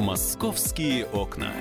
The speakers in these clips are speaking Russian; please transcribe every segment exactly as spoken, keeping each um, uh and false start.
«Московские окна».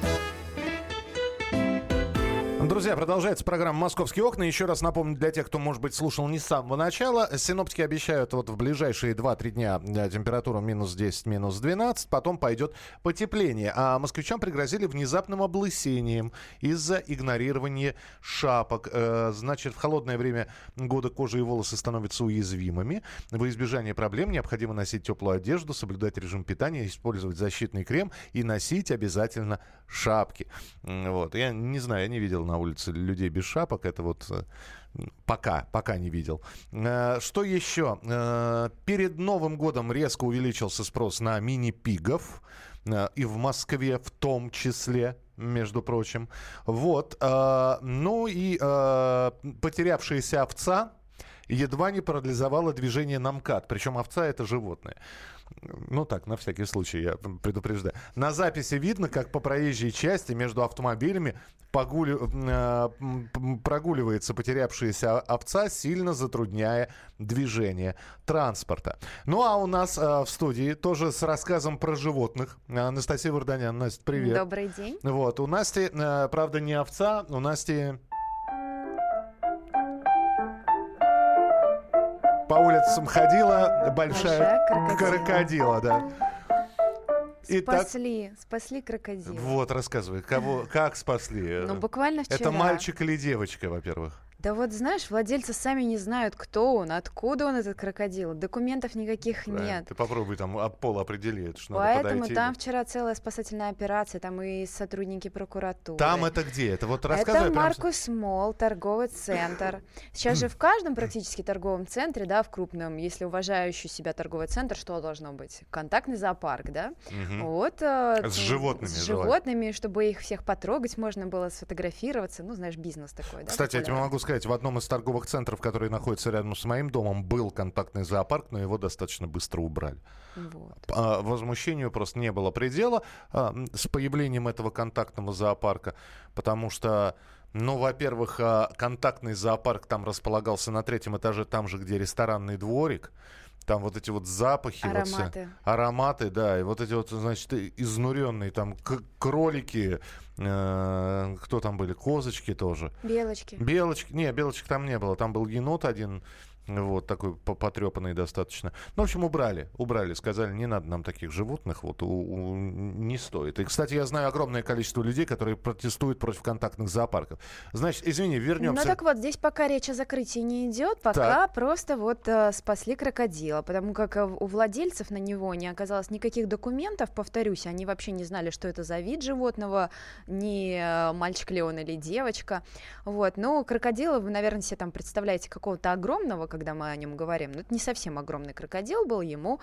Друзья, продолжается программа «Московские окна». Еще раз напомню для тех, кто, может быть, слушал не с самого начала. Синоптики обещают вот в ближайшие два-три дня температуру минус десять, минус двенадцать. Потом пойдет потепление. А москвичам пригрозили внезапным облысением из-за игнорирования шапок. Значит, в холодное время года кожа и волосы становятся уязвимыми. Во избежание проблем необходимо носить теплую одежду, соблюдать режим питания, использовать защитный крем и носить обязательно шапки. Вот. Я не знаю, я не видел на улице людей без шапок. Это вот пока, пока не видел. Что еще? Перед Новым годом резко увеличился спрос на мини-пигов. И в Москве в том числе, между прочим. Вот. Ну и потерявшаяся овца едва не парализовала движение на МКАД. Причем овца — это животное. Ну так, на всякий случай я предупреждаю. На записи видно, как по проезжей части между автомобилями погули... прогуливается потерявшаяся овца, сильно затрудняя движение транспорта. Ну а у нас а, в студии тоже с рассказом про животных Анастасия Варданян. Настя, привет. Добрый день. Вот, у Насти, а, правда, не овца, у Насти... По улицам ходила большая, большая крокодила. крокодила, да. Спасли, Итак, спасли крокодила. Вот, рассказывай, кого, как спасли? Ну, буквально вчера. Это мальчик или девочка, во-первых? Да вот, знаешь, владельцы сами не знают, кто он, откуда он, этот крокодил. Документов никаких Правильно. нет. Ты попробуй там от пола определи, это что Поэтому надо подойти. там вчера целая спасательная операция, там и сотрудники прокуратуры. Там это где? Это вот рассказывай. Это прям... Маркус Молл, торговый центр. Сейчас же в каждом практически торговом центре, да, в крупном, если уважающий себя торговый центр, что должно быть? Контактный зоопарк, да? Угу. Вот. С животными. С животными, чтобы их всех потрогать, можно было сфотографироваться. Ну, знаешь, бизнес такой, да? Кстати, я тебе могу сказать, в одном из торговых центров, который находится рядом с моим домом, был контактный зоопарк, но его достаточно быстро убрали. Вот. А, возмущению просто не было предела а, с появлением этого контактного зоопарка, потому что, ну, во-первых, а, контактный зоопарк там располагался на третьем этаже, там же, где ресторанный дворик. Там вот эти вот запахи. Ароматы. Вот все, ароматы, да. И вот эти вот, значит, изнуренные там к- кролики. Э- кто там были? Козочки тоже. Белочки. Белочки. Не, белочек там не было. Там был енот один. Вот такой потрепанный достаточно. Ну, в общем, убрали. Убрали. Сказали, не надо нам таких животных. Вот у, у, не стоит. И, кстати, я знаю огромное количество людей, которые протестуют против контактных зоопарков. Значит, извини, вернемся. Ну так вот, здесь пока речь о закрытии не идет, пока так. просто вот э, спасли крокодила, потому как э, у владельцев на него не оказалось никаких документов, повторюсь, они вообще не знали, что это за вид животного, ни э, мальчик ли он или девочка. Вот. Ну, крокодила вы, наверное, себе там представляете какого-то огромного, когда мы о нем говорим. Но это не совсем огромный крокодил был, ему,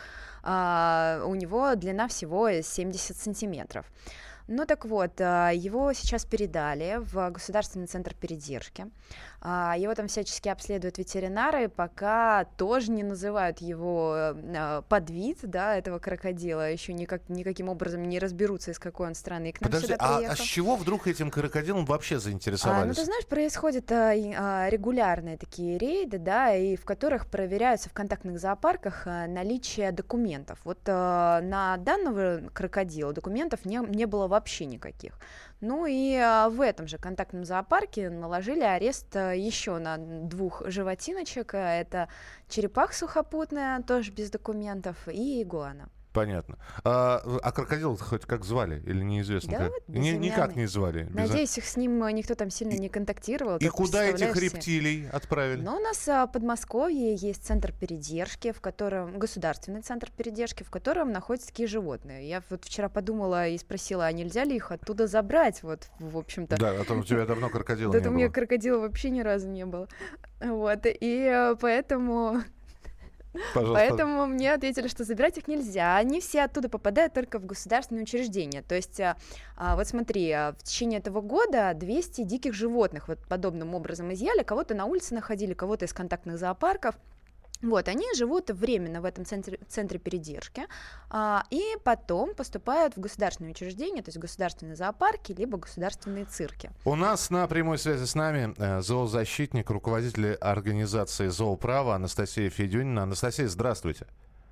а, у него длина всего семьдесят сантиметров. Ну так вот, его сейчас передали в Государственный центр передержки. Его там всячески обследуют ветеринары, пока тоже не называют его подвид, да, этого крокодила, еще никак, никаким образом не разберутся, из какой он страны. И к нам Подожди, сюда приехал. а, а с чего вдруг этим крокодилом вообще заинтересовались? А, ну, ты знаешь, происходят а, а, регулярные такие рейды, да, и в которых проверяются в контактных зоопарках а, наличие документов. Вот а, на данного крокодила документов не, не было вообще никаких. Ну и а, в этом же контактном зоопарке наложили арест а, еще на двух животиночек. Это черепаха сухопутная, тоже без документов, и игуана. Понятно. А, а крокодил хоть как звали или неизвестно? Да, как? вот Ни, никак не звали. Надеюсь, их с ним никто там сильно и, не контактировал. И куда этих себе. рептилий отправили? Ну, у нас а, в Подмосковье есть центр передержки, в котором государственный центр передержки, в котором находятся такие животные. Я вот вчера подумала и спросила, а нельзя ли их оттуда забрать? Вот, в общем-то. Да, а то у тебя давно крокодила не было. Да, у меня крокодила вообще ни разу не было. Вот, и поэтому... Пожалуйста. Поэтому мне ответили, что забирать их нельзя. Они все оттуда попадают только в государственные учреждения. То есть, а, вот смотри, в течение этого года двести диких животных вот подобным образом изъяли. Кого-то на улице находили, кого-то из контактных зоопарков. Вот, они живут временно в этом центре, центре передержки, а, и потом поступают в государственные учреждения, то есть государственные зоопарки, либо государственные цирки. У нас на прямой связи с нами э, зоозащитник, руководитель организации «Зооправо» Анастасия Федюнина. Анастасия, здравствуйте.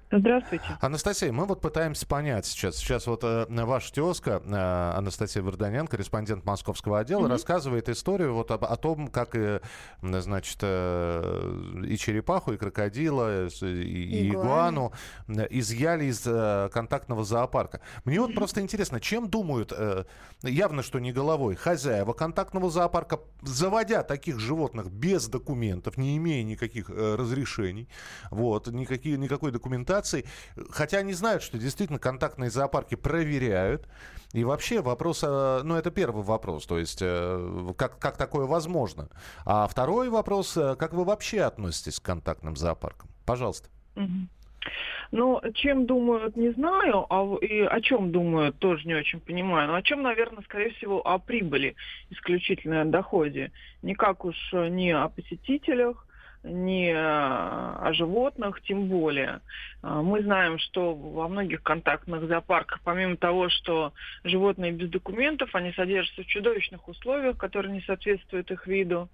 Здравствуйте. Анастасия, мы вот пытаемся понять сейчас. Сейчас вот э, ваша тезка э, Анастасия Варданян, корреспондент московского отдела, mm-hmm. рассказывает историю вот об, о том, как, э, значит, э, и черепаху, и крокодила, и, и игуану изъяли из э, контактного зоопарка. Мне mm-hmm. вот просто интересно, чем думают, э, явно, что не головой, хозяева контактного зоопарка, заводя таких животных без документов, не имея никаких э, разрешений, вот, никакие, никакой документации. Хотя они знают, что действительно контактные зоопарки проверяют. И вообще вопрос, ну это первый вопрос, то есть как, как такое возможно. А второй вопрос, как вы вообще относитесь к контактным зоопаркам? Пожалуйста. Ну, чем думают, не знаю, а и о чем думают, тоже не очень понимаю. Но о чем, наверное, скорее всего, о прибыли, исключительно о доходе. Никак уж не о посетителях, не о животных, тем более. Мы знаем, что во многих контактных зоопарках, помимо того, что животные без документов, они содержатся в чудовищных условиях, которые не соответствуют их виду.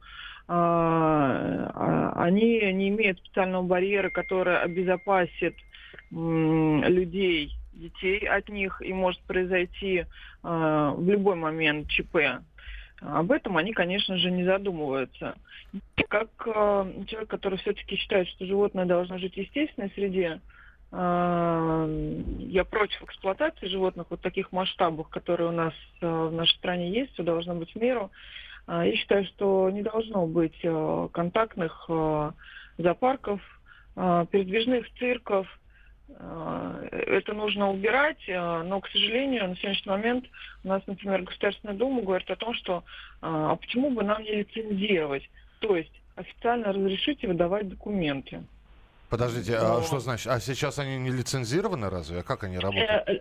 Они не имеют специального барьера, который обезопасит людей, детей от них, и может произойти в любой момент ЧП. Об этом они, конечно же, не задумываются. Как э, человек, который все-таки считает, что животное должно жить в естественной среде, э, я против эксплуатации животных вот в таких масштабах, которые у нас э, в нашей стране есть, все должно быть в меру. Э, я считаю, что не должно быть э, контактных э, зоопарков, э, передвижных цирков. Это нужно убирать, но, к сожалению, на сегодняшний момент у нас, например, Государственная Дума говорит о том, что а почему бы нам не лицензировать, то есть официально разрешить и выдавать документы. Подождите, но... а что значит? А сейчас они не лицензированы разве? А как они работают?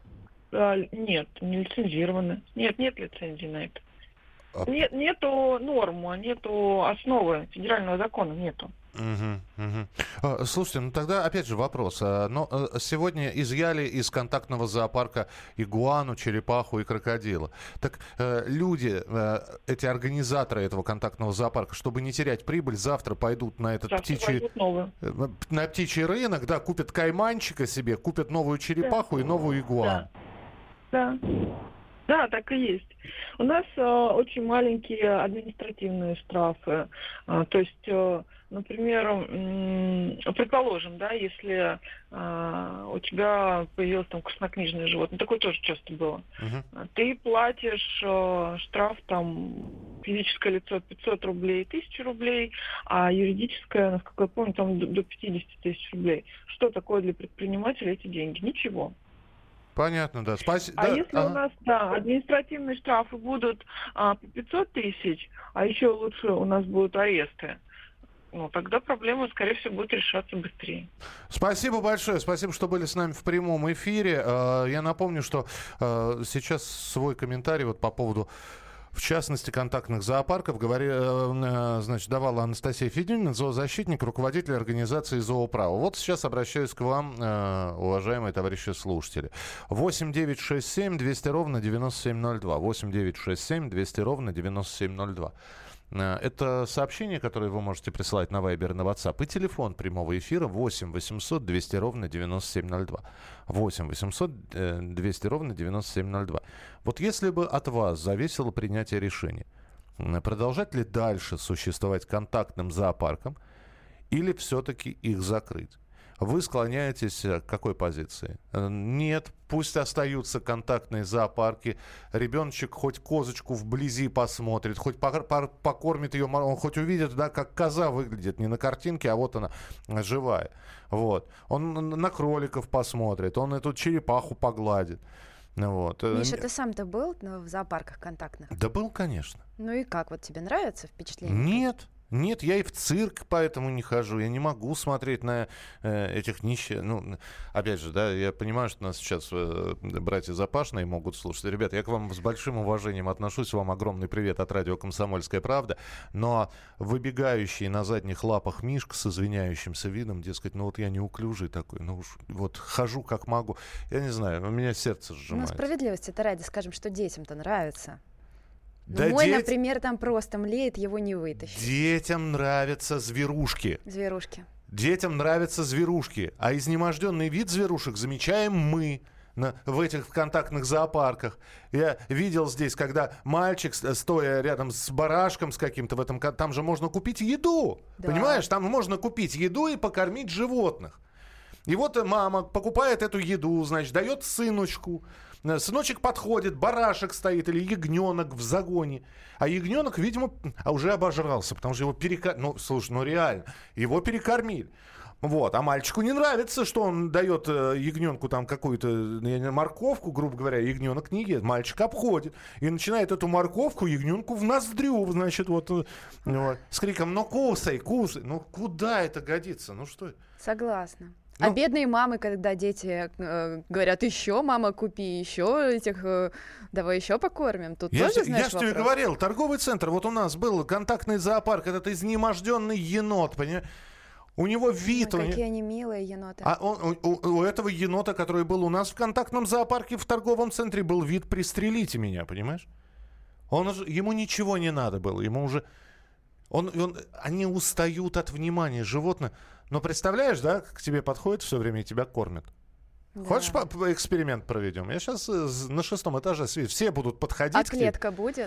Нет, не лицензированы. Нет, нет лицензии на это. А... Нет, нету нормы, нету основы федерального закона, нету. Угу, угу. Слушайте, ну тогда опять же вопрос. Но сегодня изъяли из контактного зоопарка игуану, черепаху и крокодила. Так люди, эти организаторы этого контактного зоопарка, чтобы не терять прибыль, завтра пойдут на этот птичий, на птичий рынок, да, купят кайманчика себе, купят новую черепаху да. и новую игуану. Да. да. Да, так и есть. У нас э, очень маленькие административные штрафы. Э, то есть, э, например, э, предположим, да, если э, у тебя появилось там краснокнижное животное, такое тоже часто было, uh-huh. ты платишь э, штраф там физическое лицо пятьсот рублей, тысяча рублей, а юридическое, насколько я помню, там до, до пятьдесят тысяч рублей. Что такое для предпринимателя эти деньги? Ничего. Понятно, да. Спасибо. А да. если ага. у нас, да, административные штрафы будут а, по пятьсот тысяч, а еще лучше у нас будут аресты, ну, тогда проблема, скорее всего, будет решаться быстрее. Спасибо большое. Спасибо, что были с нами в прямом эфире. Я напомню, что сейчас свой комментарий вот по поводу, в частности, контактных зоопарков, говори, значит, давала Анастасия Федюнина, зоозащитник, руководитель организации «Зооправо». Вот сейчас обращаюсь к вам, уважаемые товарищи слушатели. восемь девятьсот шестьдесят семь двести ровно девяносто семь ноль два. восемь девятьсот шестьдесят семь двести ровно девяносто семь ноль два. Это сообщение, которое вы можете присылать на Viber и на WhatsApp. И телефон прямого эфира восемь восемьсот двести ровно девяносто семь ноль два. восемь восемьсот двести ровно девяносто семь ноль два. Вот если бы от вас зависело принятие решения, продолжать ли дальше существовать контактным зоопарком или все-таки их закрыть? Вы склоняетесь к какой позиции? Нет, пусть остаются контактные зоопарки. Ребеночек хоть козочку вблизи посмотрит, хоть покормит ее, он хоть увидит, да, как коза выглядит. Не на картинке, а вот она живая. Вот. Он на кроликов посмотрит, он эту черепаху погладит. Вот. Миша, ты сам-то был в зоопарках контактных? Да был, конечно. Ну и как? Вот тебе нравится впечатление? Нет. Нет, я и в цирк поэтому не хожу. Я не могу смотреть на э, этих нищих. Ну, опять же, да, я понимаю, что нас сейчас э, братья Запашные могут слушать. Ребята, я к вам с большим уважением отношусь. Вам огромный привет от радио «Комсомольская правда». Но выбегающий на задних лапах Мишка с извиняющимся видом, дескать, ну вот я неуклюжий такой, ну уж вот хожу как могу. Я не знаю, у меня сердце сжимается. Ну, справедливости-то ради скажем, что детям-то нравится. Да Мой, дет... например, там просто млеет, его не вытащить. Детям нравятся зверушки. Зверушки. Детям нравятся зверушки, а изнеможденный вид зверушек замечаем мы на, в этих контактных зоопарках. Я видел здесь, когда мальчик, стоя рядом с барашком с каким-то в этом, там же можно купить еду. Да. Понимаешь, там можно купить еду и покормить животных. И вот мама покупает эту еду, значит, дает сыночку. Сыночек подходит, барашек стоит или ягненок в загоне. А ягненок, видимо, уже обожрался, потому что его перекормили. Ну, слушай, ну реально, его перекормили. Вот, а мальчику не нравится, что он дает э, ягненку там какую-то э, морковку, грубо говоря, ягненок не ест. Мальчик обходит и начинает эту морковку ягненку в ноздрю, значит, вот, э, вот с криком: ну кусай, кусай. Ну куда это годится? Ну что? Согласна. Ну, а бедные мамы, когда дети э, говорят: еще, мама, купи еще этих, э, давай еще покормим. Тут я тоже, ж, знаешь, я же тебе говорил, торговый центр, вот у нас был контактный зоопарк, этот изнеможденный енот, понимаешь? У него вид... Ой, у какие не... они милые еноты. А он, у, у этого енота, который был у нас в контактном зоопарке в торговом центре, был вид «пристрелите меня», понимаешь? Он уже, ему ничего не надо было, ему уже... Он, он, они устают от внимания животных. Но представляешь, да, к тебе подходит все время и тебя кормят. Да. Хочешь, по- по- эксперимент проведем? Я сейчас на шестом этаже, все будут подходить. А к тебе. клетка будет?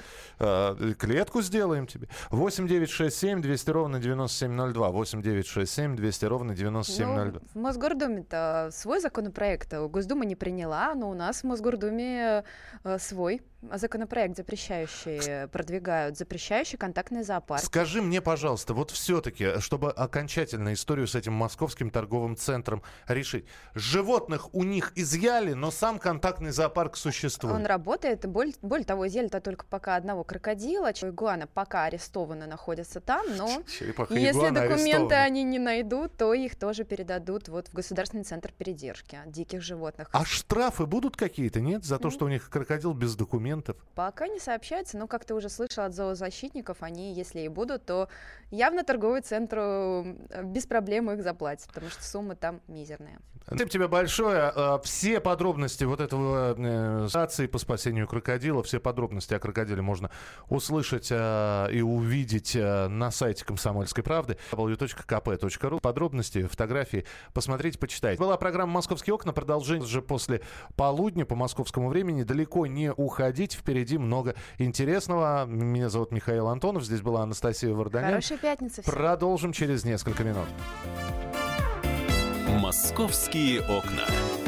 Э, клетку сделаем тебе. восемь девять шесть семь двести ровно девяносто семь ноль два. восемь девять шесть семь двести ровно девяносто семь ноль два. Ну, в Мосгордуме-то свой законопроект. Госдума не приняла, но у нас в Мосгордуме э, свой законопроект, запрещающий, продвигают, запрещающий контактный зоопарк. Скажи мне, пожалуйста, вот все-таки, чтобы окончательно историю с этим московским торговым центром решить. Животных у них изъяли, но сам контактный зоопарк существует. Он работает. Более, более того, изъяли-то только пока одного крокодила. Игуана пока арестованы находятся там, но Черепаха если игуана документы арестованы. они не найдут, то их тоже передадут вот в Государственный центр передержки диких животных. А штрафы будут какие-то, нет? За то, что у них крокодил без документов? Пока не сообщается, но как ты уже слышал от зоозащитников, они, если и будут, то явно торговый центр без проблем их заплатит, потому что сумма там мизерная. Спасибо тебе большое. Все подробности вот этого акции по спасению крокодила, все подробности о крокодиле можно услышать и увидеть на сайте «Комсомольской правды» дабл ю дабл ю дабл ю точка ка пэ точка ру. Подробности, фотографии посмотрите, почитайте. Была программа «Московские окна». Продолжение же после полудня по московскому времени. Далеко не уходить. Впереди много интересного. Меня зовут Михаил Антонов. Здесь была Анастасия Варданян. Хорошей пятницы всем. Продолжим через несколько минут. «Московские окна».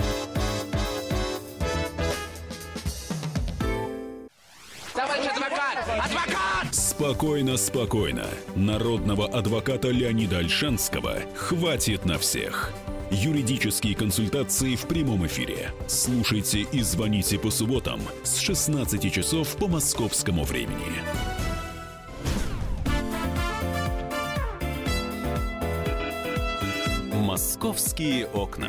Товарищ адвокат! Адвокат! Спокойно, спокойно. Народного адвоката Леонида Ольшанского хватит на всех. Юридические консультации в прямом эфире. Слушайте и звоните по субботам с шестнадцати часов по московскому времени. «Московские окна».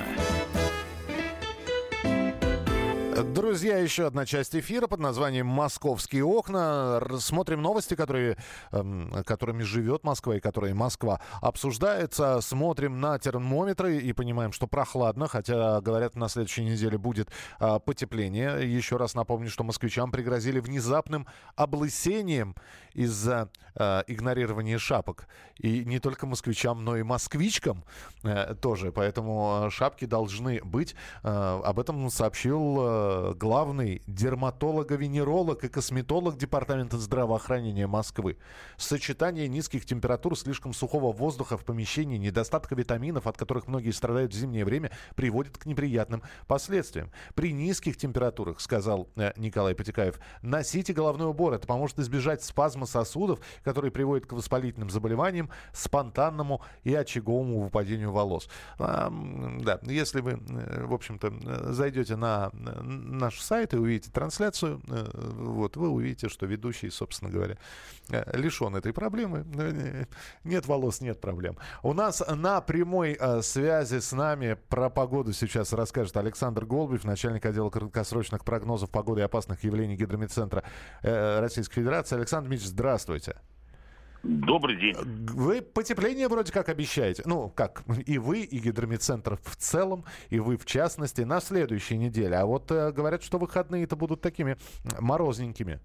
Друзья, еще одна часть эфира под названием «Московские окна». Смотрим новости, которые, э, которыми живет Москва и которые Москва обсуждается. Смотрим на термометры и понимаем, что прохладно, хотя, говорят, на следующей неделе будет э, потепление. Еще раз напомню, что москвичам пригрозили внезапным облысением из-за э, игнорирования шапок. И не только москвичам, но и москвичкам э, тоже. Поэтому шапки должны быть. Э, об этом сообщил э, главный дерматолог-венеролог и косметолог Департамента здравоохранения Москвы. Сочетание низких температур, слишком сухого воздуха в помещении, недостатка витаминов, от которых многие страдают в зимнее время, приводит к неприятным последствиям. При низких температурах, сказал э, Николай Потекаев, носите головной убор. Это поможет избежать спазма сосудов, который приводит к воспалительным заболеваниям, спонтанному и очаговому выпадению волос. А, да, если вы, в общем-то, зайдете на наш сайт и увидите трансляцию, вот, вы увидите, что ведущий, собственно говоря, лишен этой проблемы. Нет волос, нет проблем. У нас на прямой связи с нами про погоду сейчас расскажет Александр Голубев, начальник отдела краткосрочных прогнозов погоды и опасных явлений Гидрометцентра Российской Федерации. Александр Дмитриевич, здравствуйте. Добрый день. Вы потепление вроде как обещаете. Ну, как и вы, и Гидрометцентр в целом, и вы в частности, на следующей неделе. А вот э, говорят, что выходные-то будут такими морозненькими.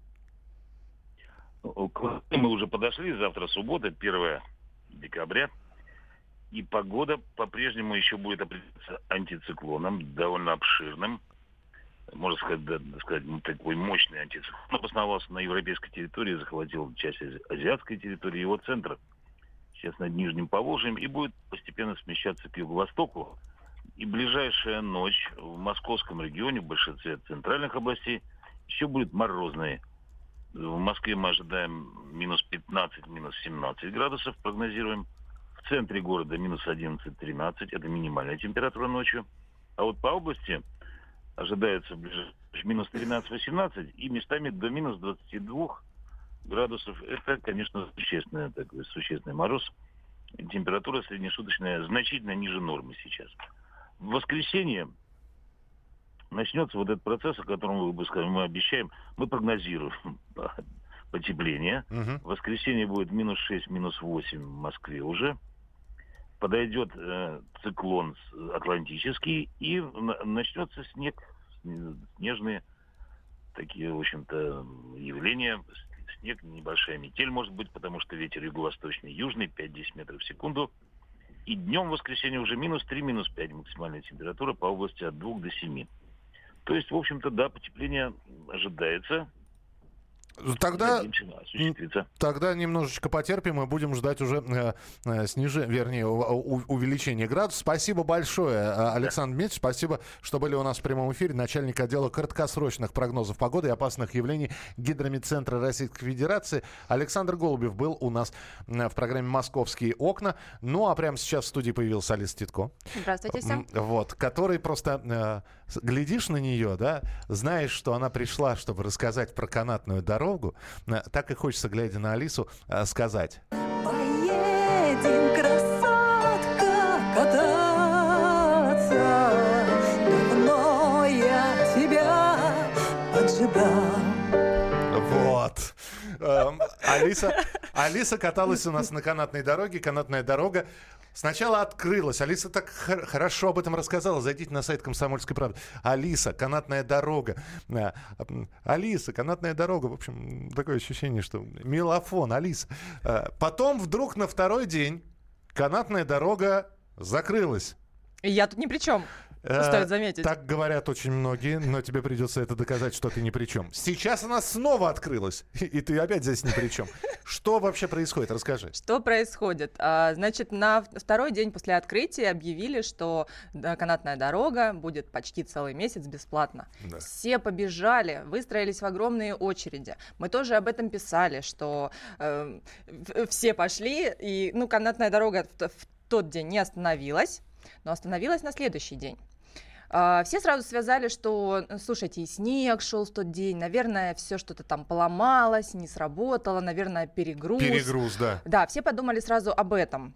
Мы уже подошли. Завтра суббота, первое декабря. И погода по-прежнему еще будет определяться антициклоном, довольно обширным. Можно сказать, да, сказать, такой мощный антициклон. Он обосновался на европейской территории, захватил часть азиатской территории, его центр сейчас над Нижним Поволжьем, и будет постепенно смещаться к юго-востоку. И ближайшая ночь в московском регионе, в большинстве центральных областей, еще будет морозной. В Москве мы ожидаем минус пятнадцать, минус семнадцать градусов, прогнозируем. В центре города минус одиннадцать-тринадцать, это минимальная температура ночью. А вот по области ожидается минус тринадцать-восемнадцать и местами до минус двадцати двух градусов. Это, конечно, существенный, такой существенный мороз. Температура среднесуточная значительно ниже нормы сейчас. В воскресенье начнется вот этот процесс, о котором мы, мы обещаем, мы прогнозируем потепление. Uh-huh. В воскресенье будет минус шесть, минус восемь в Москве уже. Подойдет э, циклон атлантический, и начнется снег, снежные такие, в общем-то, явления. Снег, небольшая метель может быть, потому что ветер юго-восточный, южный, пять-десять метров в секунду. И днем в воскресенье уже минус три, минус пять максимальная температура по области от двух до семи. То есть, в общем-то, да, потепление ожидается. Тогда, тогда немножечко потерпим и будем ждать уже э, э, снижения, вернее, у, у, увеличения градусов. Спасибо большое, Александр Дмитриевич. Спасибо, что были у нас в прямом эфире. Начальник отдела краткосрочных прогнозов погоды и опасных явлений Гидромедцентра Российской Федерации Александр Голубев был у нас в программе «Московские окна». Ну, а прямо сейчас в студии появился Алиса Титко. Здравствуйте всем. Вот, который просто... Э, глядишь на нее, да, знаешь, что она пришла, чтобы рассказать про канатную дорогу, так и хочется, глядя на Алису, сказать. Поедем, красотка, кататься, давно я тебя поджидал. Вот. Алиса, Алиса каталась у нас на канатной дороге. Канатная дорога сначала открылась. Алиса так х- хорошо об этом рассказала. Зайдите на сайт «Комсомольской правды». Алиса, канатная дорога. Алиса, канатная дорога. В общем, такое ощущение, что мелофон, Алиса. Потом вдруг на второй день канатная дорога закрылась. Я тут ни при чем. Стоит заметить. Так говорят очень многие, но тебе придется это доказать, что ты ни при чем. Сейчас она снова открылась, и ты опять здесь ни при чем. Что вообще происходит? Расскажи. Что происходит? А, значит, на второй день после открытия объявили, что канатная дорога будет почти целый месяц бесплатно. Да. Все побежали, выстроились в огромные очереди. Мы тоже об этом писали, что э, все пошли, и ну, канатная дорога в, в тот день не остановилась, но остановилась на следующий день. Все сразу связали, что, слушайте, и снег шел в тот день, наверное, все что-то там поломалось, не сработало, наверное, перегруз. Перегруз, да. Да, все подумали сразу об этом.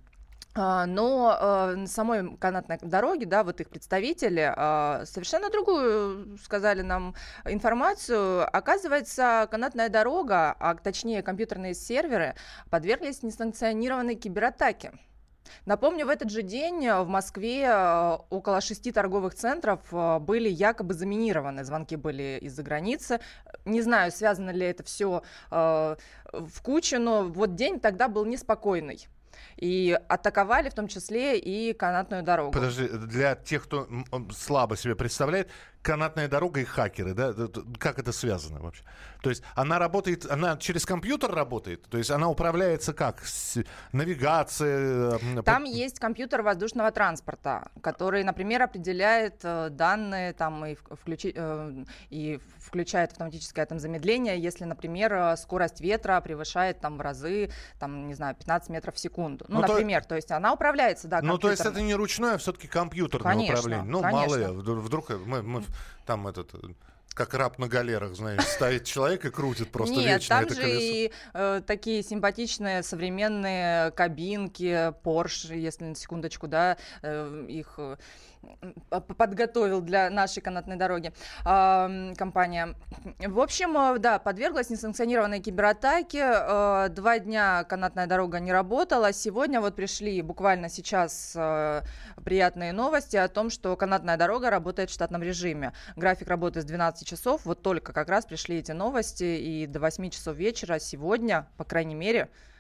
Но на самой канатной дороге, да, вот их представители совершенно другую сказали нам информацию. Оказывается, канатная дорога, а точнее компьютерные серверы, подверглись несанкционированной кибератаке. Напомню, в этот же день в Москве около шести торговых центров были якобы заминированы. Звонки были из-за границы. Не знаю, связано ли это все э, в кучу, но вот день тогда был неспокойный. И атаковали в том числе и канатную дорогу. Подожди, для тех, кто слабо себе представляет, канатная дорога и хакеры, да? Как это связано вообще? То есть она работает, она через компьютер работает? То есть она управляется как? С навигацией? Там по... есть компьютер воздушного транспорта, который, например, определяет данные там, и, включи, и включает автоматическое там, замедление, если, например, скорость ветра превышает там, в разы, там, не знаю, пятнадцать метров в секунду. Ну, ну например, то... то есть она управляется, да, компьютером. Ну, то есть это не ручное, а все-таки компьютерное конечно, управление. Ну, конечно. малые, вдруг мы, мы там этот... Как раб на галерах, знаешь, стоит человек и крутит просто Нет, вечно это колесо. Нет, там же и э, такие симпатичные современные кабинки, Porsche, если на секундочку, да, э, их э, подготовил для нашей канатной дороги э, компания. В общем, э, да, подверглась несанкционированной кибератаке. Э, два дня канатная дорога не работала. Сегодня вот пришли буквально сейчас э, приятные новости о том, что канатная дорога работает в штатном режиме. График работы с двенадцати часов. Вот только как раз пришли эти новости, и до восьми часов вечера сегодня, по крайней мере,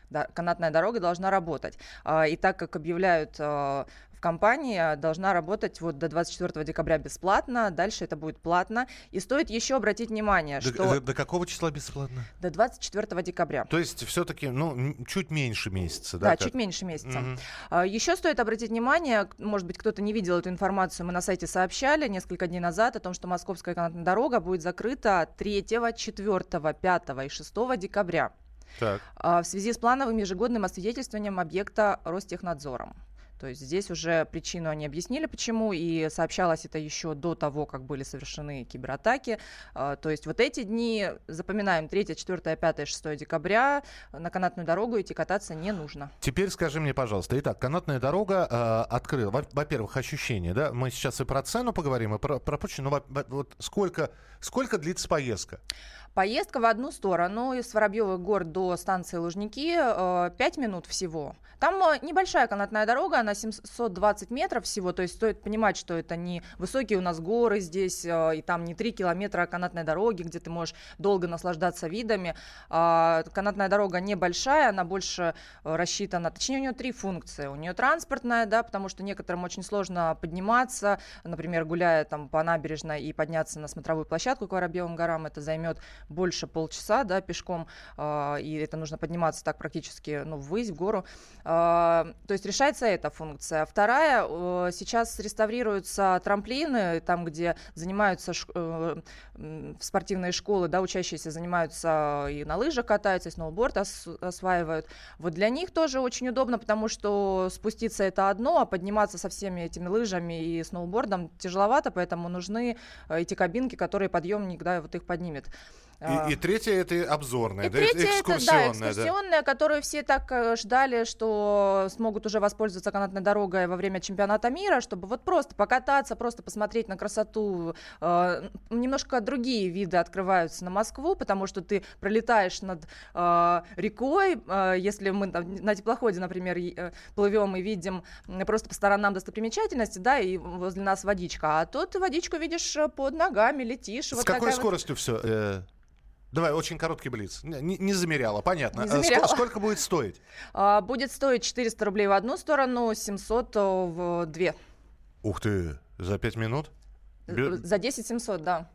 да, канатная дорога должна работать. И так как объявляют в компании, должна работать вот до двадцать четвёртого декабря бесплатно, дальше это будет платно. И стоит еще обратить внимание, до, что... До, до какого числа бесплатно? До двадцать четвёртого декабря. То есть все-таки, ну, чуть меньше месяца, да? Да, как? чуть меньше месяца. Угу. Еще стоит обратить внимание, может быть, кто-то не видел эту информацию, мы на сайте сообщали несколько дней назад о том, что Московская канатная дорога будет закрыта третьего, четвёртого, пятого и шестого декабря. Так. В связи с плановым ежегодным освидетельствованием объекта Ростехнадзором. То есть здесь уже причину они объяснили, почему, и сообщалось это еще до того, как были совершены кибератаки. То есть вот эти дни, запоминаем, третье, четвёртое, пятое, шестое декабря на канатную дорогу идти кататься не нужно. Теперь скажи мне, пожалуйста, итак, канатная дорога э, открыла. Во- во-первых, ощущения, да? Мы сейчас и про цену поговорим, и про, про прочее. Но во- во- вот сколько, сколько длится поездка? Поездка в одну сторону из Воробьевых гор до станции Лужники э, пять минут всего. Там э, небольшая канатная дорога, она семьсот двадцать метров всего, то есть стоит понимать, что это не высокие у нас горы здесь, э, и там не три километра канатной дороги, где ты можешь долго наслаждаться видами. Э, канатная дорога небольшая, она больше э, рассчитана, точнее у нее три функции. У нее транспортная, да, потому что некоторым очень сложно подниматься, например, гуляя там по набережной и подняться на смотровую площадку к Воробьевым горам, это займет больше полчаса, да, пешком, э, и это нужно подниматься так практически, ну, ввысь, в гору. Э, то есть решается эта функция. Вторая, э, сейчас реставрируются трамплины, там, где занимаются ш, э, спортивные школы, да, учащиеся занимаются и на лыжах катаются, и сноуборд ос, осваивают. Вот для них тоже очень удобно, потому что спуститься это одно, а подниматься со всеми этими лыжами и сноубордом тяжеловато, поэтому нужны эти кабинки, которые подъемник, да, вот их поднимет. И, и третье это обзорная, и да, третье экскурсионная. Это, да, экскурсионная, да. Которую все так ждали, что смогут уже воспользоваться канатной дорогой во время чемпионата мира, чтобы вот просто покататься, просто посмотреть на красоту. Э, немножко другие виды открываются на Москву, потому что ты пролетаешь над э, рекой, э, если мы там, на теплоходе, например, э, плывем и видим просто по сторонам достопримечательности, да, и возле нас водичка, а тут водичку видишь под ногами, летишь. С вот какой такая скоростью вот... все? Э... Давай, очень короткий блиц. Не, не замеряла, понятно. Не замеряла. Сколько, сколько будет стоить? А, будет стоить четыреста рублей в одну сторону, семьсот в две. Ух ты, за пять минут? За десять семьсот, да.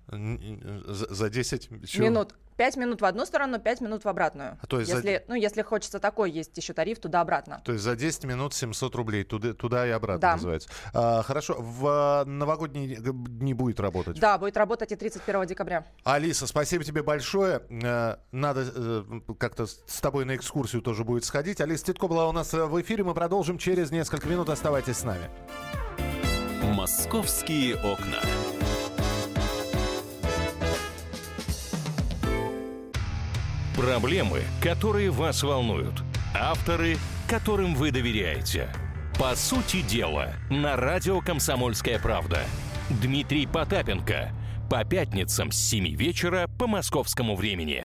За, за десять чего? Минут. пять минут в одну сторону, пять минут в обратную. А то есть если, за... ну, если хочется такой, есть еще тариф туда-обратно. То есть за десять минут семьсот рублей, туда, туда и обратно, да. Называется. А, хорошо, в новогодние дни будет работать? Да, будет работать и тридцать первого декабря. Алиса, спасибо тебе большое. Надо как-то с тобой на экскурсию тоже будет сходить. Алиса Титко была у нас в эфире, мы продолжим через несколько минут. Оставайтесь с нами. «Московские окна». Проблемы, которые вас волнуют. Авторы, которым вы доверяете. По сути дела, на радио «Комсомольская правда». Дмитрий Потапенко. По пятницам с семи вечера по московскому времени.